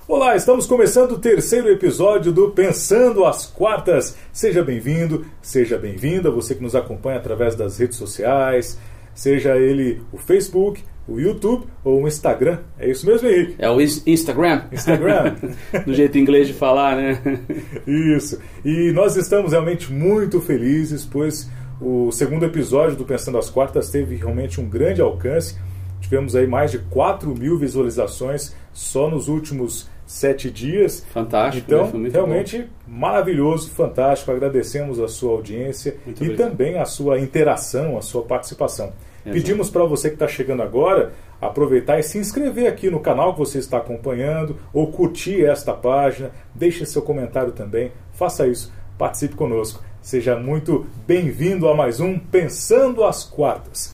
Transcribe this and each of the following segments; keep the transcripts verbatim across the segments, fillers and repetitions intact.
Olá, estamos começando o terceiro episódio do Pensando às Quartas. Seja bem-vindo, seja bem-vinda, você que nos acompanha através das redes sociais, seja ele o Facebook, o YouTube ou o Instagram. É isso mesmo, Henrique? É o Instagram. Instagram. Do jeito inglês de falar, né? Isso. E nós estamos realmente muito felizes, pois o segundo episódio do Pensando às Quartas teve realmente um grande alcance. Tivemos aí mais de quatro mil visualizações só nos últimos sete dias. Fantástico. Então, né? Foi muito realmente bom. Maravilhoso, fantástico. Agradecemos a sua audiência Muito e obrigado. também a sua interação, a sua participação. Exato. Pedimos para você que está chegando agora aproveitar e se inscrever aqui no canal que você está acompanhando ou curtir esta página. Deixe seu comentário também. Faça isso. Participe conosco. Seja muito bem-vindo a mais um Pensando às Quartas.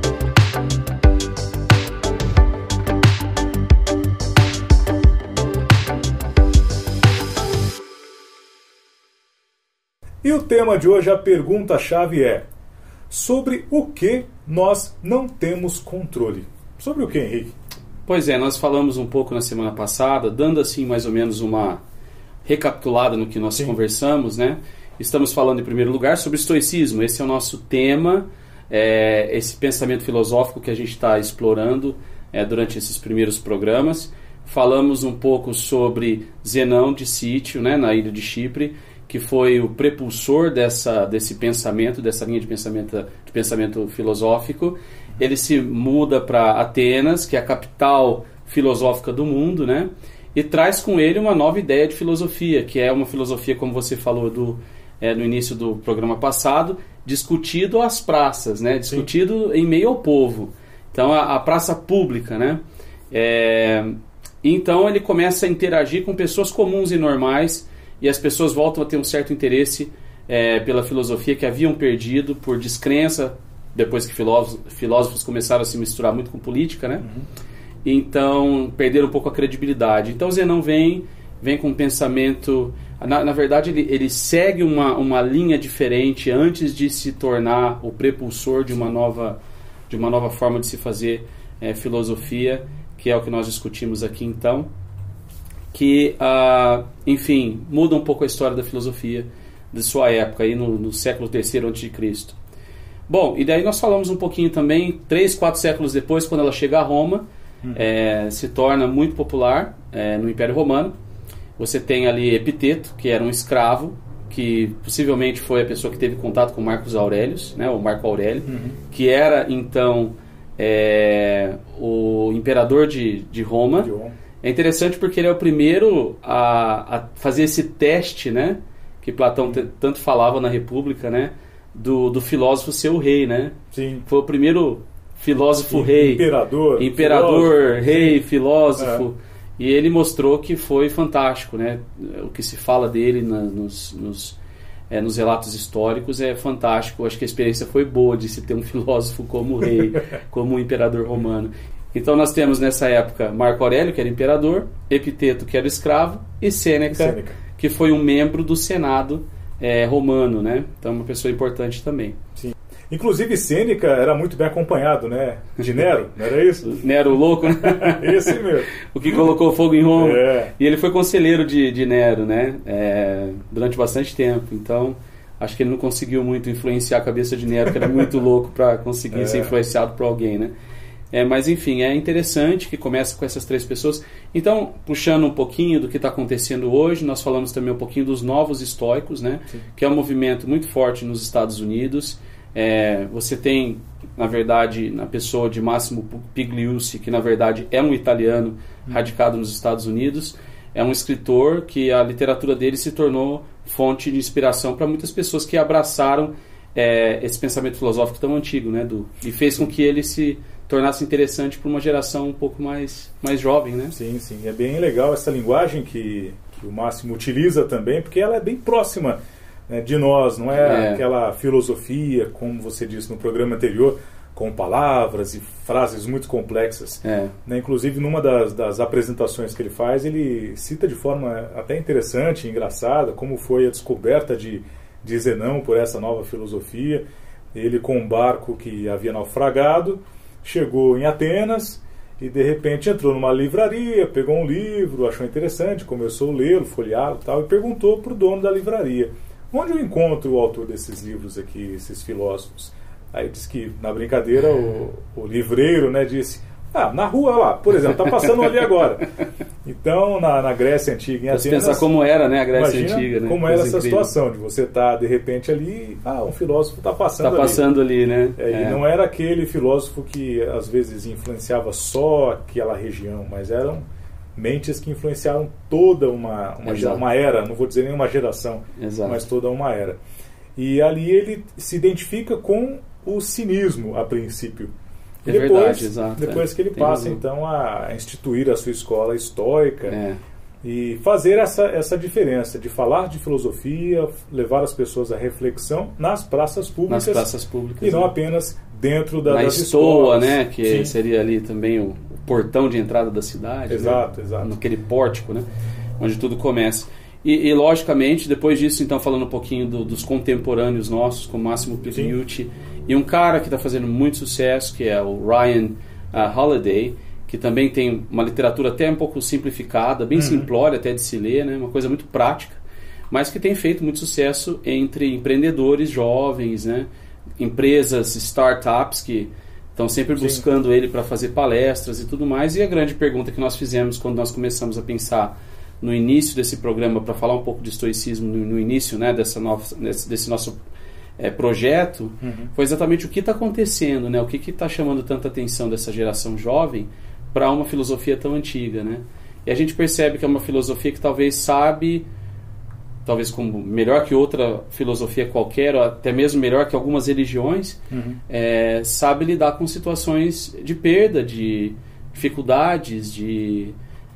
E o tema de hoje, a pergunta-chave é: sobre o que nós não temos controle? Sobre o que, Henrique? Pois é, nós falamos um pouco na semana passada, dando assim mais ou menos uma recapitulada no que nós Sim. conversamos, né? Estamos falando em primeiro lugar sobre estoicismo. Esse é o nosso tema, é, esse pensamento filosófico que a gente está explorando é, durante esses primeiros programas. Falamos um pouco sobre Zenão de Sítio, né, na ilha de Chipre, que foi o prepulsor dessa, desse pensamento, dessa linha de pensamento, de pensamento filosófico. Ele se muda para Atenas, que é a capital filosófica do mundo, né? E traz com ele uma nova ideia de filosofia, que é uma filosofia, como você falou do, é, no início do programa passado, discutido às praças, né? Discutido Sim. em meio ao povo. Então, a, a praça pública, né? É, então, ele começa a interagir com pessoas comuns e normais, e as pessoas voltam a ter um certo interesse é, pela filosofia que haviam perdido por descrença, depois que filósofos, filósofos começaram a se misturar muito com política, né? Uhum. Então, perderam um pouco a credibilidade. Então, Zenão vem, vem com um pensamento... Na, na verdade, ele, ele segue uma, uma linha diferente antes de se tornar o prepulsor de uma nova, de uma nova forma de se fazer é, filosofia, que é o que nós discutimos aqui, então. Que, uh, enfim, muda um pouco a história da filosofia de sua época, aí no, no século terceiro antes de Cristo. Bom, e daí nós falamos um pouquinho também, três, quatro séculos depois, quando ela chega a Roma, uhum. é, se torna muito popular é, no Império Romano. Você tem ali Epiteto, que era um escravo, que possivelmente foi a pessoa que teve contato com Marcos Aurelius, né, o Marco Aurélio, uhum. que era, então, é, o imperador de, de Roma. De Roma. É interessante porque ele é o primeiro a, a fazer esse teste, né, que Platão t- tanto falava na República, né, do, do filósofo ser o rei, né? Sim. Foi o primeiro filósofo Sim, rei. Imperador. Imperador, filósofo. rei, filósofo. É. E ele mostrou que foi fantástico, né? O que se fala dele na, nos, nos, é, nos relatos históricos é fantástico. Acho que a experiência foi boa de se ter um filósofo como rei, como um imperador romano. Então nós temos nessa época Marco Aurélio, que era imperador, Epiteto, que era escravo, e Sêneca, Sêneca. que foi um membro do Senado é, romano, né? Então uma pessoa importante também. Sim. Inclusive Sêneca era muito bem acompanhado, né? De Nero, não era isso? Nero louco, né? Esse mesmo. O que colocou fogo em Roma. É. E ele foi conselheiro de, de Nero, né? É, durante bastante tempo. Então acho que ele não conseguiu muito influenciar a cabeça de Nero, que era muito louco para conseguir é. ser influenciado por alguém, né? É, mas enfim, é interessante que começa com essas três pessoas. Então, puxando um pouquinho do que está acontecendo hoje, nós falamos também um pouquinho dos novos estoicos, né? Que é um movimento muito forte nos Estados Unidos. É, você tem, na verdade, na pessoa de Massimo Pigliucci, que na verdade é um italiano hum. radicado nos Estados Unidos. É um escritor que a literatura dele se tornou fonte de inspiração para muitas pessoas que abraçaram é, esse pensamento filosófico tão antigo, né? Do, e fez com que ele se tornasse interessante para uma geração um pouco mais, mais jovem, né? Sim, sim. É bem legal essa linguagem que, que o Máximo utiliza também, porque ela é bem próxima, né, de nós, não é, é aquela filosofia, como você disse no programa anterior, com palavras e frases muito complexas. É. Né? Inclusive, numa das, das apresentações que ele faz, ele cita de forma até interessante e engraçada como foi a descoberta de, de Zenão por essa nova filosofia. Ele, com um barco que havia naufragado, chegou em Atenas e de repente entrou numa livraria, pegou um livro, achou interessante, começou a lê-lo, folheá-lo e tal, e perguntou para o dono da livraria: onde eu encontro o autor desses livros aqui, esses filósofos? Aí disse que, na brincadeira, o, o livreiro, né, disse: ah, na rua lá, por exemplo, está passando ali agora. Então, na, na Grécia Antiga, em Atenas... Você pensar como era, né, a Grécia Antiga, né? Como era essa incrível situação, de você estar, tá, de repente, ali, ah, um filósofo está passando ali. Está passando ali, né? É, é. E não era aquele filósofo que, às vezes, influenciava só aquela região, mas eram mentes que influenciaram toda uma, uma, uma era, não vou dizer nenhuma geração, Exato. mas toda uma era. E ali ele se identifica com o cinismo, a princípio. É depois, verdade, exato. Depois que ele Tem passa, razão. então, a instituir a sua escola estoica é. e fazer essa, essa diferença de falar de filosofia, levar as pessoas à reflexão nas praças públicas, nas praças públicas e não né? apenas dentro da, Na das estoa, escolas. né, que Sim. seria ali também o, o portão de entrada da cidade. Exato, né? exato. Naquele pórtico, né, onde tudo começa. E, e, logicamente, depois disso, então, falando um pouquinho do, dos contemporâneos nossos, como Massimo Pigliucci, e um cara que está fazendo muito sucesso, que é o Ryan uh, Holiday, que também tem uma literatura até um pouco simplificada, bem uhum. simplória até de se ler, né? Uma coisa muito prática, mas que tem feito muito sucesso entre empreendedores jovens, né? Empresas, startups que estão sempre Sim. buscando ele para fazer palestras e tudo mais. E a grande pergunta que nós fizemos quando nós começamos a pensar no início desse programa, para falar um pouco de estoicismo no, no início, né, dessa nova, desse, desse nosso é, projeto, uhum. foi exatamente o que está acontecendo, né, o que está chamando tanta atenção dessa geração jovem para uma filosofia tão antiga, né? E a gente percebe que é uma filosofia que talvez sabe, talvez como melhor que outra filosofia qualquer, ou até mesmo melhor que algumas religiões, uhum. é, sabe lidar com situações de perda, de dificuldades, de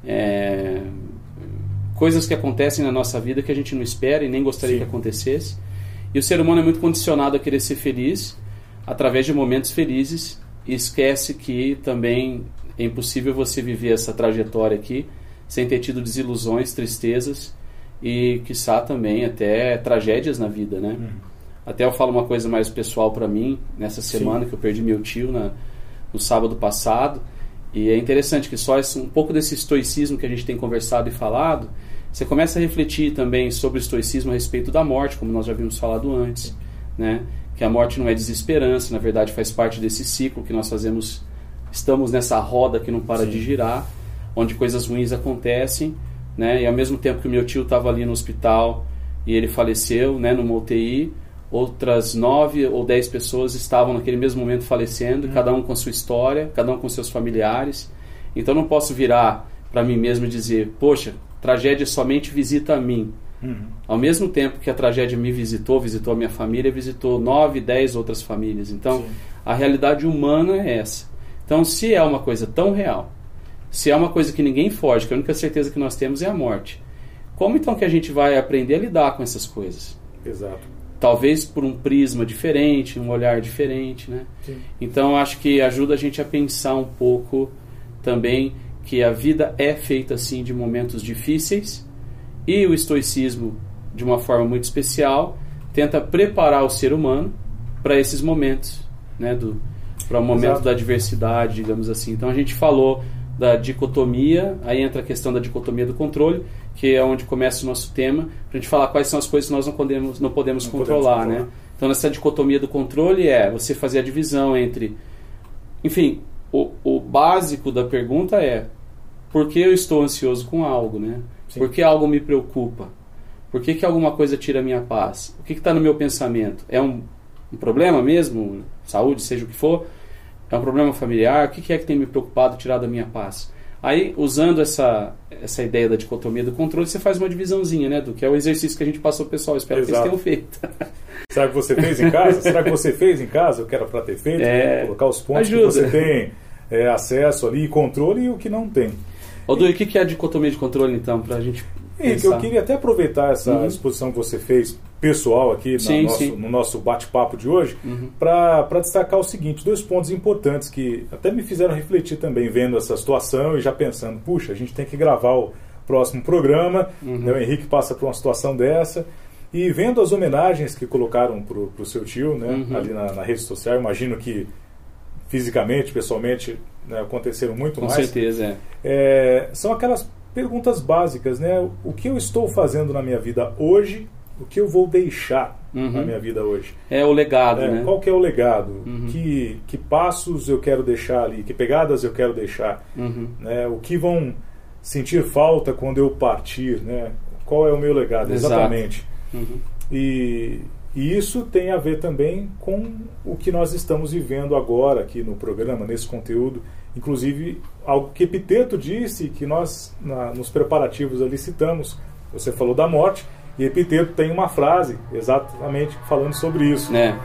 é, coisas que acontecem na nossa vida que a gente não espera e nem gostaria Sim. que acontecesse. E o ser humano é muito condicionado a querer ser feliz através de momentos felizes e esquece que também é impossível você viver essa trajetória aqui sem ter tido desilusões, tristezas e, quiçá, também até tragédias na vida, né? Uhum. Até eu falo uma coisa mais pessoal para mim, nessa semana Sim. que eu perdi meu tio na, no sábado passado, e é interessante que só esse, um pouco desse estoicismo que a gente tem conversado e falado, você começa a refletir também sobre o estoicismo a respeito da morte, como nós já havíamos falado antes, né? Que a morte não é desesperança, na verdade faz parte desse ciclo que nós fazemos, estamos nessa roda que não para Sim. de girar, onde coisas ruins acontecem, né? E ao mesmo tempo que o meu tio estava ali no hospital e ele faleceu, né, numa U T I, outras nove ou dez pessoas estavam naquele mesmo momento falecendo, uhum. cada um com sua história, cada um com seus familiares. Então não posso virar para mim mesmo e dizer, poxa, tragédia somente visita a mim. Uhum. Ao mesmo tempo que a tragédia me visitou, visitou a minha família, visitou nove, dez outras famílias. Então, Sim. a realidade humana é essa. Então, se é uma coisa tão real, se é uma coisa que ninguém foge, que a única certeza que nós temos é a morte, como então que a gente vai aprender a lidar com essas coisas? Exato. Talvez por um prisma diferente, um olhar diferente, né? Sim. Então, acho que ajuda a gente a pensar um pouco também que a vida é feita, assim, de momentos difíceis, e o estoicismo, de uma forma muito especial, tenta preparar o ser humano para esses momentos, né, do, para o momento Exato. Da adversidade, digamos assim. Então a gente falou da dicotomia, aí entra a questão da dicotomia do controle, que é onde começa o nosso tema, para a gente falar quais são as coisas que nós não podemos, não podemos, não controlar, podemos controlar, né? Então nessa dicotomia do controle é você fazer a divisão entre... Enfim, o, o básico da pergunta é por que eu estou ansioso com algo, né? Sim. Por que algo me preocupa? Por que, que alguma coisa tira a minha paz? O que está no meu pensamento? É um, um problema mesmo? Saúde, seja o que for? É um problema familiar? O que, que é que tem me preocupado, tirado a minha paz? Aí, usando essa, essa ideia da dicotomia do controle, você faz uma divisãozinha, né? Do que é o exercício que a gente passou pro pessoal. Espero Exato. Que eles tenham feito. Será que você fez em casa? Será que você fez em casa o que era para ter feito? É, colocar os pontos ajuda. Que você tem é, acesso ali, controle, e o que não tem. Ô, Du, e o que é a dicotomia de controle, então, para a gente Henrique, eu queria até aproveitar essa uhum. exposição que você fez pessoal aqui sim, no, nosso, sim. no nosso bate-papo de hoje, uhum. para destacar o seguinte, dois pontos importantes que até me fizeram refletir também, vendo essa situação e já pensando, puxa, a gente tem que gravar o próximo programa, uhum. né, o Henrique passa por uma situação dessa, e vendo as homenagens que colocaram para o seu tio, né, uhum. ali na, na rede social, imagino que fisicamente, pessoalmente, né, aconteceram muito Com mais. Com certeza, é. é. São aquelas perguntas básicas, né? O que eu estou fazendo na minha vida hoje, o que eu vou deixar uhum. na minha vida hoje. É o legado, é, né? Qual que é o legado? Uhum. Que, que passos eu quero deixar ali? Que pegadas eu quero deixar? Uhum. Né? O que vão sentir falta quando eu partir? Né? Qual é o meu legado? Exato. Exatamente. Uhum. E, e isso tem a ver também com o que nós estamos vivendo agora aqui no programa, nesse conteúdo. Inclusive, algo que Epiteto disse, que nós, na, nos preparativos ali citamos. Você falou da morte, e Epiteto tem uma frase exatamente falando sobre isso. É.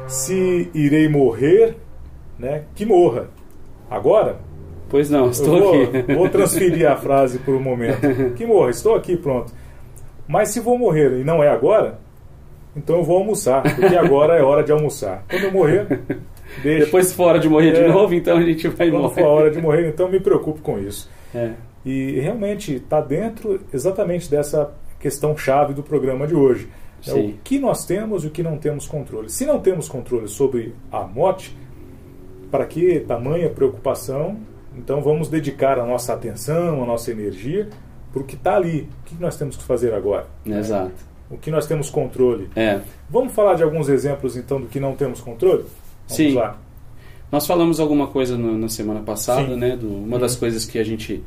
Se irei morrer, né, que morra. Agora? Pois não, estou eu vou, aqui. Vou transferir a frase por um momento. Que morra, estou aqui, pronto. Mas se vou morrer e não é agora, então eu vou almoçar, porque agora é hora de almoçar. Quando eu morrer, deixa. Depois se for hora de morrer é, de novo, então a gente vai quando morrer. Quando for a hora de morrer, então me preocupo com isso. É. E realmente está dentro exatamente dessa questão chave do programa de hoje. É o que nós temos e o que não temos controle. Se não temos controle sobre a morte, para que tamanha preocupação? Então vamos dedicar a nossa atenção, a nossa energia para o que está ali. O que nós temos que fazer agora? Exato. É, o que nós temos controle. É. Vamos falar de alguns exemplos então do que não temos controle? Vamos Sim. lá. Nós falamos alguma coisa no, na semana passada, Sim. né? Do, uma uhum. das coisas que a gente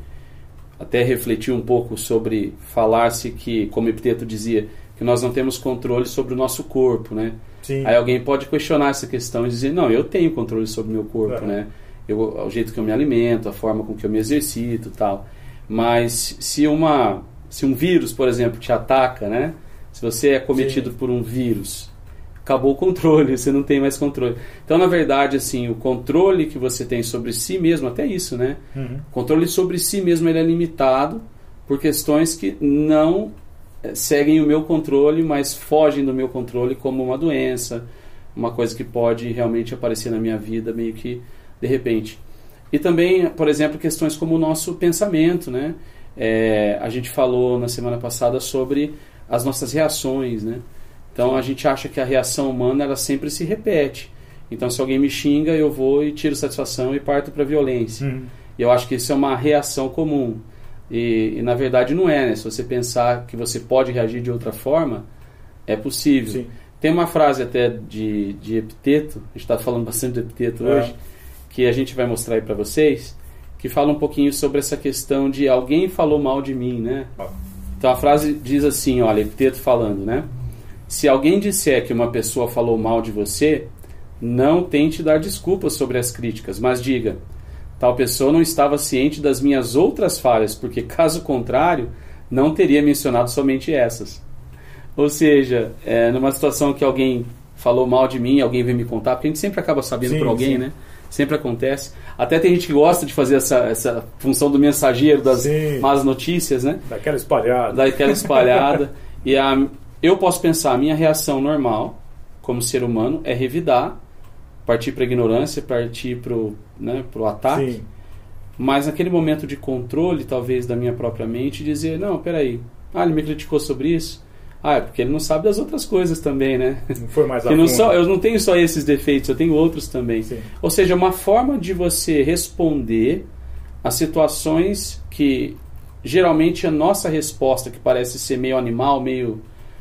até refletiu um pouco sobre falar-se que, como Epiteto dizia, que nós não temos controle sobre o nosso corpo, né? Sim. Aí alguém pode questionar essa questão e dizer, não, eu tenho controle sobre o meu corpo, uhum. né? Eu, o jeito que eu me alimento, a forma com que eu me exercito e tal. Mas se, uma, se um vírus, por exemplo, te ataca, né? Se você é cometido Sim. por um vírus, acabou o controle, você não tem mais controle. Então, na verdade, assim, o controle que você tem sobre si mesmo, até isso, né? Uhum. O controle sobre si mesmo ele é limitado por questões que não é, seguem o meu controle, mas fogem do meu controle, como uma doença, uma coisa que pode realmente aparecer na minha vida meio que de repente. E também, por exemplo, questões como o nosso pensamento, né? É, a gente falou na semana passada sobre as nossas reações, né? Então a gente acha que a reação humana ela sempre se repete. Então se alguém me xinga, eu vou e tiro satisfação e parto para a violência. Uhum. E eu acho que isso é uma reação comum. E, e na verdade não é, né? Se você pensar que você pode reagir de outra forma, é possível. Sim. Tem uma frase até de, de Epiteto, a gente está falando bastante de Epiteto é. hoje, que a gente vai mostrar aí para vocês, que fala um pouquinho sobre essa questão de alguém falou mal de mim, né? Então a frase diz assim, olha, Epiteto falando, né? Se alguém disser que uma pessoa falou mal de você, não tente dar desculpas sobre as críticas, mas diga, tal pessoa não estava ciente das minhas outras falhas, porque caso contrário, não teria mencionado somente essas. Ou seja, é, numa situação que alguém falou mal de mim, alguém veio me contar, porque a gente sempre acaba sabendo sim, por alguém, sim. né? Sempre acontece. Até tem gente que gosta de fazer essa, essa função do mensageiro das sim. más notícias, né? Daquela espalhada. Daquela espalhada. E a, eu posso pensar, a minha reação normal, como ser humano, é revidar, partir para a ignorância, partir para o né, pro ataque. Sim. Mas naquele momento de controle, talvez, da minha própria mente, dizer, não, peraí, ah, ele me criticou sobre isso? Ah, é porque ele não sabe das outras coisas também, né? Não foi mais a que não só, eu não tenho só esses defeitos, eu tenho outros também. Sim. Ou seja, uma forma de você responder a situações que geralmente a nossa resposta, que parece ser meio animal, meio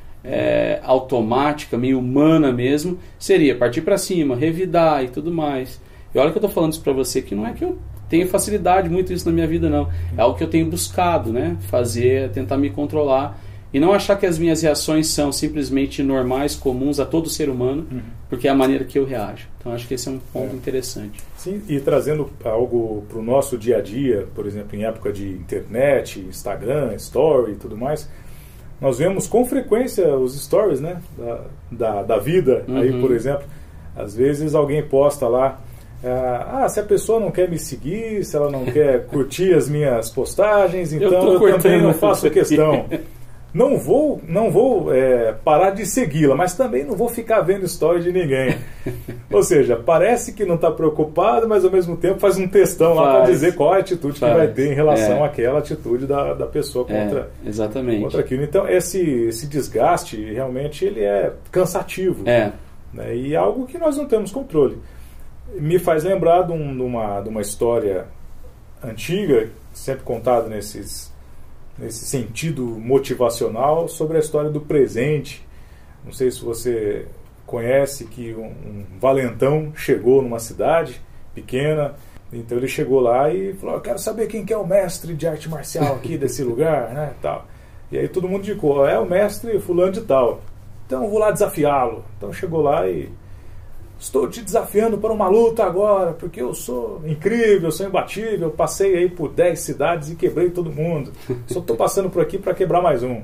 é, automática, meio humana mesmo, seria partir para cima, revidar e tudo mais. E olha que eu estou falando isso para você, que não é que eu tenho facilidade muito isso na minha vida, não. É algo que eu tenho buscado, né? Fazer, tentar me controlar. E não achar que as minhas reações são simplesmente normais, comuns a todo ser humano, uhum. porque é a maneira que eu reajo. Então acho que esse é um ponto é. interessante. Sim, e trazendo algo para o nosso dia a dia, por exemplo, em época de internet, Instagram, Story e tudo mais, nós vemos com frequência os stories, né, da, da, da vida. Uhum. Aí, por exemplo, às vezes alguém posta lá, ah, se a pessoa não quer me seguir, se ela não quer curtir as minhas postagens, então eu, eu também não faço questão. Não vou, não vou é, parar de segui-la, mas também não vou ficar vendo story de ninguém. Ou seja, parece que não está preocupado, mas ao mesmo tempo faz um textão lá para dizer qual é a atitude faz. que vai ter em relação é. àquela atitude da, da pessoa contra, é, exatamente. contra aquilo. Então esse, esse desgaste realmente ele é cansativo. É. Né, e algo que nós não temos controle. me faz lembrar de, um, de, uma, de uma história antiga, sempre contada nesses, nesse sentido motivacional, sobre a história do presente. Não sei se você conhece que um, um valentão chegou numa cidade pequena, então ele chegou lá e falou: eu quero saber quem que é o mestre de arte marcial aqui desse lugar, né, tal. E aí todo mundo indicou: é o mestre fulano de tal. Então eu vou lá desafiá-lo. Então chegou lá e: estou te desafiando para uma luta agora, porque eu sou incrível, eu sou imbatível, eu passei aí por dez cidades e quebrei todo mundo. Só estou passando por aqui para quebrar mais um.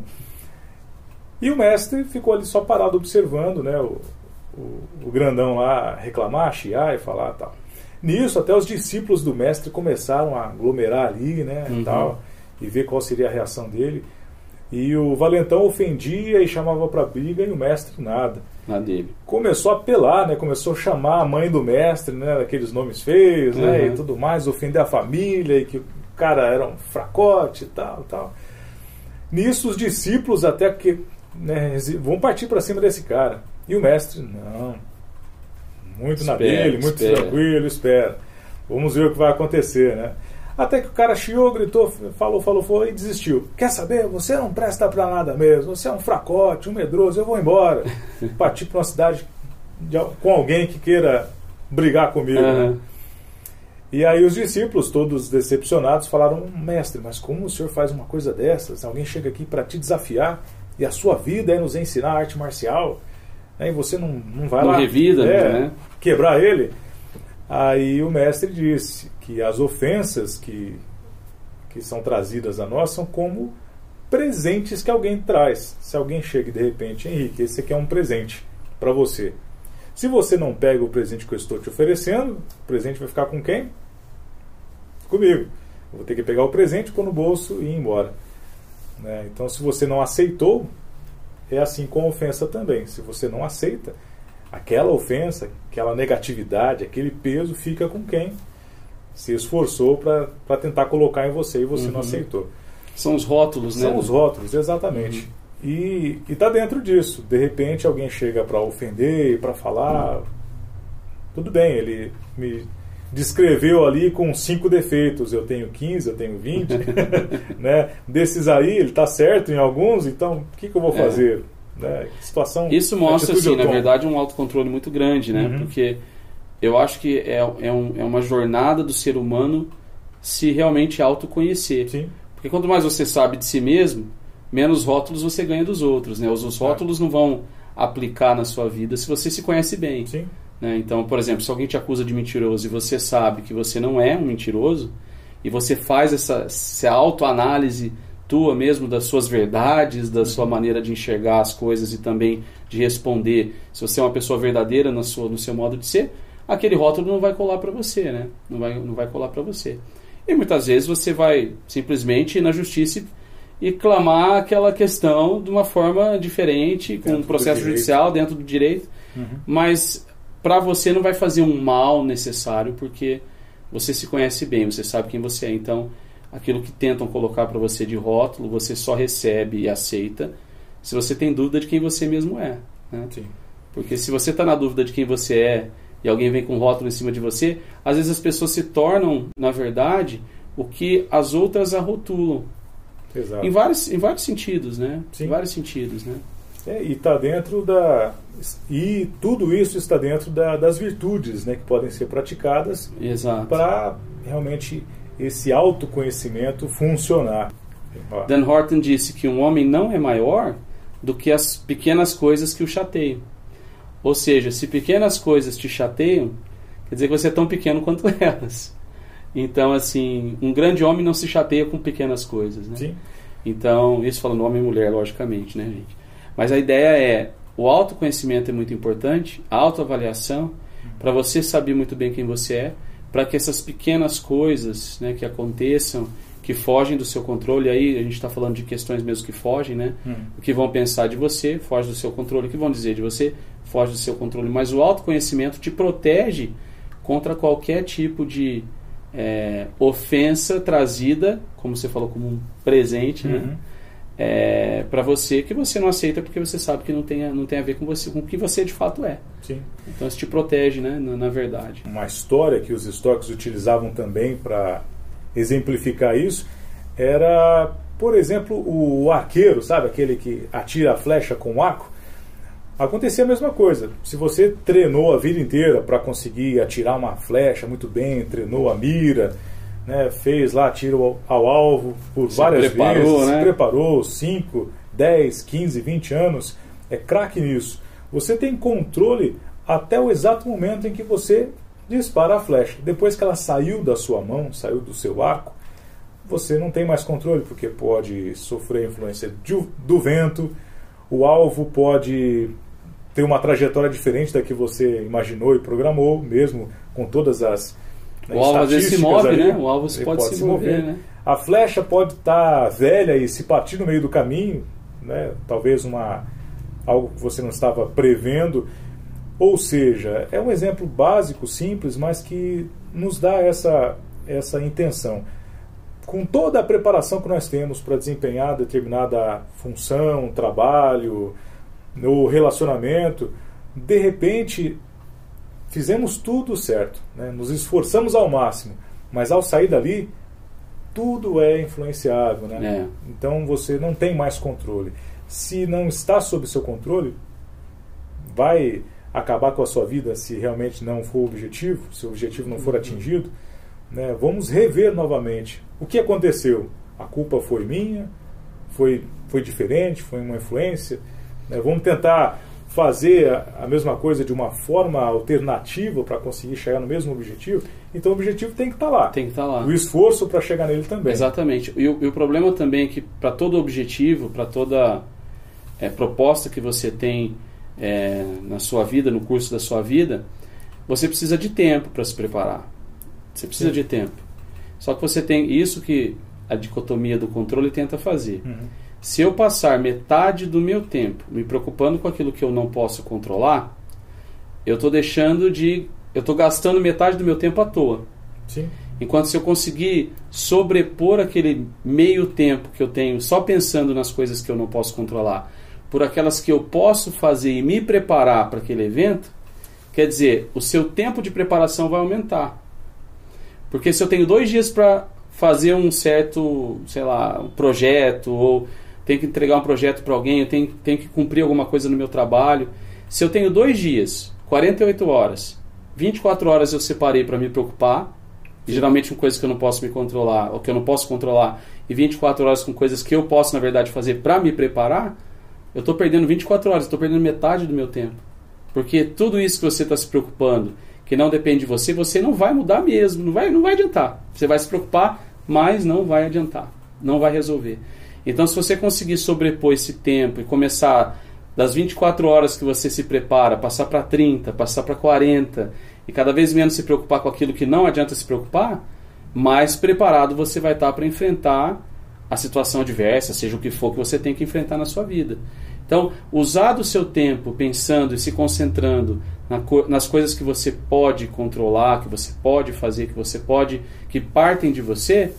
E o mestre ficou ali só parado observando, né, o, o, o grandão lá reclamar, chiar e falar tal. Nisso, até os discípulos do mestre começaram a aglomerar ali, né, uhum. tal, e ver qual seria a reação dele. E o valentão ofendia e chamava para briga, e o mestre nada. Nada dele. Começou a apelar, né, começou a chamar a mãe do mestre, né, daqueles nomes feios, uhum. né, e tudo mais, ofender a família, e que o cara era um fracote e tal, tal. Nisso, os discípulos até que, né, vão partir para cima desse cara. E o mestre, não, muito espera, na dele, muito espera. tranquilo, espera. Vamos ver o que vai acontecer, né? Até que o cara chiou, gritou, falou, falou, falou e desistiu. Quer saber? Você não presta pra nada mesmo. Você é um fracote, um medroso, eu vou embora. Partir para uma cidade de, com alguém que queira brigar comigo. Uhum. Né? E aí os discípulos, todos decepcionados, falaram: mestre, mas como o senhor faz uma coisa dessas? Alguém chega aqui para te desafiar e a sua vida é nos ensinar arte marcial, né? E você não, não vai não lá revida, é, né? quebrar ele. Aí o mestre disse que as ofensas que, que são trazidas a nós são como presentes que alguém traz. Se alguém chega e de repente: Henrique, esse aqui é um presente para você. Se você não pega o presente que eu estou te oferecendo, o presente vai ficar com quem? Comigo. Eu vou ter que pegar o presente, pôr no bolso e ir embora. Né? Então, se você não aceitou, é assim com a ofensa também. Se você não aceita, aquela ofensa, aquela negatividade, aquele peso fica com quem se esforçou para tentar colocar em você e você uhum. não aceitou. São os rótulos, São né? São os rótulos, exatamente. Uhum. E está dentro disso. De repente alguém chega para ofender, para falar, uhum. tudo bem, ele me descreveu ali com cinco defeitos, eu tenho quinze, eu tenho vinte, né? Desses aí ele está certo em alguns, então o que, que eu vou fazer? É. Né? Que situação, isso mostra, assim, na verdade, um autocontrole muito grande, né? Uhum. Porque eu acho que é, é, um, é uma jornada do ser humano se realmente autoconhecer. Sim. Porque quanto mais você sabe de si mesmo, menos rótulos você ganha dos outros, né? Os, os rótulos não vão aplicar na sua vida se você se conhece bem. Sim. Né? Então, por exemplo, se alguém te acusa de mentiroso e você sabe que você não é um mentiroso, e você faz essa, essa autoanálise tua mesmo, das suas verdades, da sua maneira de enxergar as coisas e também de responder, se você é uma pessoa verdadeira no seu, no seu modo de ser, aquele rótulo não vai colar para você, né? Não vai, não vai colar para você. E muitas vezes você vai simplesmente ir na justiça e clamar aquela questão de uma forma diferente, com um processo judicial dentro do direito, uhum. mas para você não vai fazer um mal necessário, porque você se conhece bem, você sabe quem você é. Então, aquilo que tentam colocar para você de rótulo, você só recebe e aceita se você tem dúvida de quem você mesmo é, né? Sim. Porque se você está na dúvida de quem você é e alguém vem com um rótulo em cima de você, às vezes as pessoas se tornam, na verdade, o que as outras arrotulam. Exato. Em vários, em vários sentidos, né? Sim. Em vários sentidos, né? É, e está dentro da... E tudo isso está dentro da, das virtudes, né, que podem ser praticadas para realmente esse autoconhecimento funcionar. Dan Horton disse que um homem não é maior do que as pequenas coisas que o chateiam. Ou seja, se pequenas coisas te chateiam, quer dizer que você é tão pequeno quanto elas. Então, assim, um grande homem não se chateia com pequenas coisas, né? Sim. Então, isso falando homem e mulher, logicamente, né, gente? Mas a ideia é, o autoconhecimento é muito importante, a autoavaliação, para você saber muito bem quem você é, para que essas pequenas coisas, né, que aconteçam, que fogem do seu controle, aí a gente está falando de questões mesmo que fogem, né? Hum. O que vão pensar de você, foge do seu controle, o que vão dizer de você, foge do seu controle. Mas o autoconhecimento te protege contra qualquer tipo de é, ofensa trazida, como você falou, como um presente, uhum. né? é, para você que você não aceita porque você sabe que não tem, não tem a ver com você, com o que você de fato é. Sim. Então isso te protege, né, na, na verdade. Uma história que os estoicos utilizavam também para exemplificar isso era, por exemplo, o arqueiro, sabe? Aquele que atira a flecha com o arco. Acontecia a mesma coisa. Se você treinou a vida inteira para conseguir atirar uma flecha muito bem, treinou a mira, né, fez lá tiro ao, ao alvo por se várias preparou, vezes, né? se preparou cinco, dez, quinze, vinte anos, é craque nisso. Você tem controle até o exato momento em que você dispara a flecha. Depois que ela saiu da sua mão, saiu do seu arco, você não tem mais controle, porque pode sofrer influência de, do vento, o alvo pode ter uma trajetória diferente da que você imaginou e programou, mesmo com todas as, né, o alvo às vezes se move, ali, né? O alvo pode, pode se, se mover, mover, né? A flecha pode estar velha e se partir no meio do caminho, né? Talvez uma, algo que você não estava prevendo. Ou seja, é um exemplo básico, simples, mas que nos dá essa, essa intenção. Com toda a preparação que nós temos para desempenhar determinada função, trabalho, no relacionamento, de repente fizemos tudo certo, né? Nos esforçamos ao máximo, mas ao sair dali, tudo é influenciável, né? É. Então você não tem mais controle. Se não está sob seu controle, vai acabar com a sua vida se realmente não for o objetivo, se o objetivo não for uhum. atingido, né? Vamos rever novamente o que aconteceu. A culpa foi minha, foi, foi diferente, foi uma influência, né? Vamos tentar fazer a, a mesma coisa de uma forma alternativa para conseguir chegar no mesmo objetivo. Então o objetivo tem que estar lá. Tem que estar lá. O esforço para chegar nele também. Exatamente. E o, e o problema também é que para todo objetivo, para toda é, proposta que você tem é, na sua vida, no curso da sua vida, você precisa de tempo para se preparar. Você precisa Sim. de tempo. Só que você tem isso que a dicotomia do controle tenta fazer. Uhum. Se eu passar metade do meu tempo me preocupando com aquilo que eu não posso controlar, eu estou deixando de... eu estou gastando metade do meu tempo à toa. Sim. Enquanto se eu conseguir sobrepor aquele meio tempo que eu tenho só pensando nas coisas que eu não posso controlar por aquelas que eu posso fazer e me preparar para aquele evento, quer dizer, o seu tempo de preparação vai aumentar. Porque se eu tenho dois dias para fazer um certo, sei lá, um projeto, ou tenho que entregar um projeto para alguém, eu tenho, tenho que cumprir alguma coisa no meu trabalho, se eu tenho dois dias, quarenta e oito horas, vinte e quatro horas eu separei para me preocupar, e geralmente com coisas que eu não posso me controlar, ou que eu não posso controlar, e vinte e quatro horas com coisas que eu posso, na verdade, fazer para me preparar, eu estou perdendo vinte e quatro horas, estou perdendo metade do meu tempo. Porque tudo isso que você está se preocupando, que não depende de você, você não vai mudar mesmo, não vai, não vai adiantar. Você vai se preocupar, mas não vai adiantar, não vai resolver. Então, se você conseguir sobrepor esse tempo e começar das vinte e quatro horas que você se prepara, passar para trinta, passar para quarenta, e cada vez menos se preocupar com aquilo que não adianta se preocupar, mais preparado você vai estar para enfrentar a situação adversa, seja o que for que você tem que enfrentar na sua vida. Então, usar do seu tempo pensando e se concentrando na co- nas coisas que você pode controlar, que você pode fazer, que você pode, que partem de você,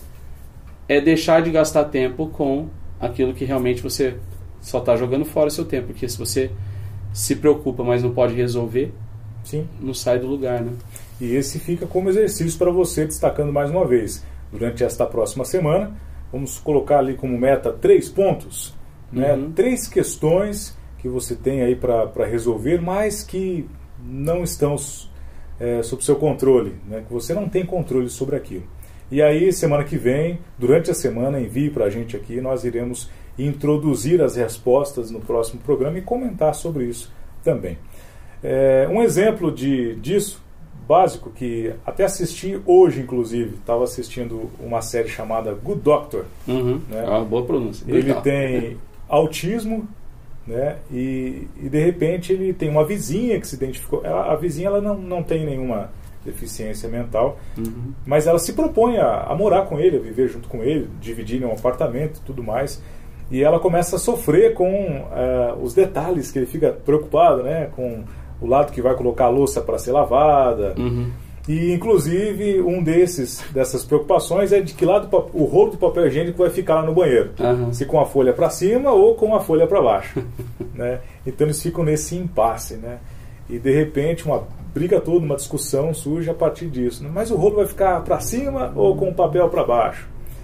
é deixar de gastar tempo com aquilo que realmente você só está jogando fora o seu tempo. Porque se você se preocupa, mas não pode resolver, Sim. não sai do lugar, né? E esse fica como exercício para você, destacando mais uma vez. Durante esta próxima semana, vamos colocar ali como meta três pontos, né? Uhum. Três questões que você tem aí para resolver, mas que não estão é, sob seu controle, né? Que você não tem controle sobre aquilo. E aí, semana que vem, durante a semana, envie para a gente aqui, nós iremos introduzir as respostas no próximo programa e comentar sobre isso também. É, um exemplo de, disso, básico, que até assisti hoje, inclusive, estava assistindo uma série chamada Good Doctor. Uhum. Né? É uma boa pronúncia. Ele tem autismo, né? E, e de repente ele tem uma vizinha que se identificou. Ela, a vizinha ela não, não tem nenhuma deficiência mental, uhum. mas ela se propõe a, a morar com ele, a viver junto com ele, dividir em um apartamento e tudo mais. E ela começa a sofrer com uh, os detalhes, que ele fica preocupado, né? Com o lado que vai colocar a louça para ser lavada. Uhum. E, inclusive, um desses, dessas preocupações é de que lado o rolo do papel higiênico vai ficar lá no banheiro. Uhum. Se com a folha para cima ou com a folha para baixo. Né? Então, eles ficam nesse impasse. Né? E, de repente, uma briga toda, uma discussão surge a partir disso. Né? Mas o rolo vai ficar para cima ou com o papel para baixo?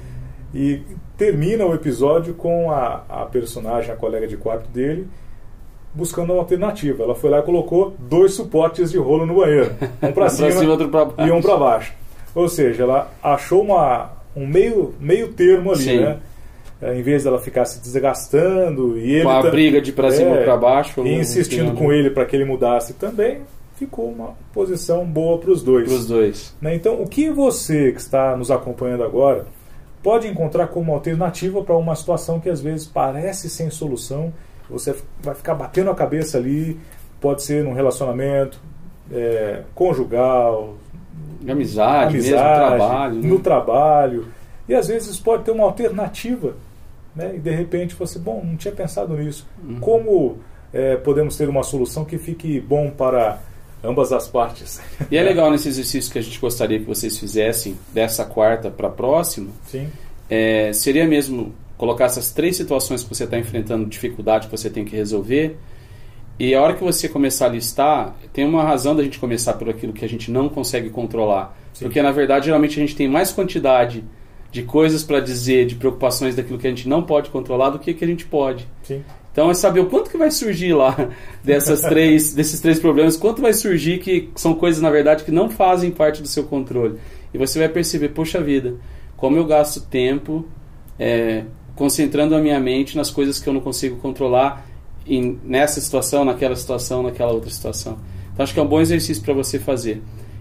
E termina o episódio com a, a personagem, a colega de quarto dele, buscando uma alternativa. Ela foi lá e colocou dois suportes de rolo no banheiro. Um para cima, cima outro pra baixo. E um para baixo. Ou seja, ela achou uma, um meio, meio termo ali, Sim. né? Em vez dela ficar se desgastando e ele com a tá, briga de para cima é, ou para baixo. E insistindo com ele para que ele mudasse também, ficou uma posição boa para os dois. Para os dois. Né? Então, o que você que está nos acompanhando agora pode encontrar como alternativa para uma situação que às vezes parece sem solução? Você vai ficar batendo a cabeça ali, pode ser num relacionamento é, conjugal, amizade, amizade mesmo, trabalho, no né? trabalho. E às vezes pode ter uma alternativa, né? E de repente você, bom, não tinha pensado nisso. Uhum. Como é, podemos ter uma solução que fique bom para ambas as partes? E é legal nesse exercício que a gente gostaria que vocês fizessem, dessa quarta para a próxima. Sim. É, seria mesmo colocar essas três situações que você está enfrentando, dificuldade que você tem que resolver, e a hora que você começar a listar, tem uma razão da gente começar por aquilo que a gente não consegue controlar. Sim. Porque na verdade geralmente a gente tem mais quantidade de coisas para dizer, de preocupações daquilo que a gente não pode controlar do que que a gente pode. Sim. Então é saber o quanto que vai surgir lá dessas três, desses três problemas, quanto vai surgir que são coisas na verdade que não fazem parte do seu controle. E você vai perceber, poxa vida, como eu gasto tempo é, concentrando a minha mente nas coisas que eu não consigo controlar em, nessa situação, naquela situação, naquela outra situação. Então acho que é um bom exercício para você fazer.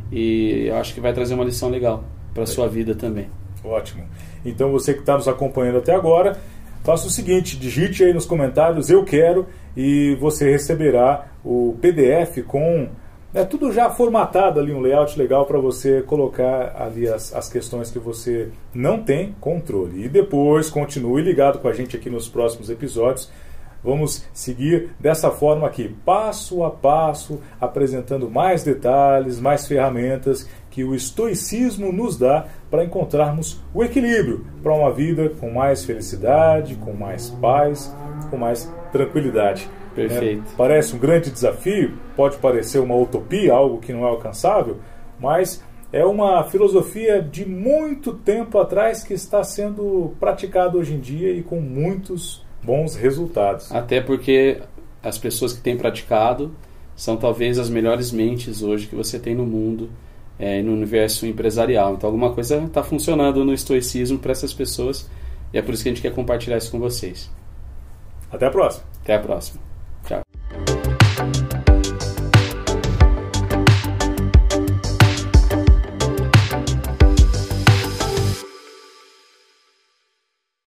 E eu acho que vai trazer uma lição legal para a sua vida também. Ótimo. Então você que está nos acompanhando até agora, faça o seguinte, digite aí nos comentários eu quero e você receberá o P D F com é, tudo já formatado ali, um layout legal para você colocar ali as, as questões que você não tem controle. E depois continue ligado com a gente aqui nos próximos episódios. Vamos seguir dessa forma aqui, passo a passo, apresentando mais detalhes, mais ferramentas que o estoicismo nos dá para encontrarmos o equilíbrio para uma vida com mais felicidade, com mais paz, com mais tranquilidade. Perfeito. É, parece um grande desafio, pode parecer uma utopia, algo que não é alcançável, mas é uma filosofia de muito tempo atrás que está sendo praticada hoje em dia e com muitos bons resultados. Até porque as pessoas que têm praticado são talvez as melhores mentes hoje que você tem no mundo, é, no universo empresarial. Então alguma coisa está funcionando no estoicismo para essas pessoas e é por isso que a gente quer compartilhar isso com vocês. Até a próxima. Até a próxima.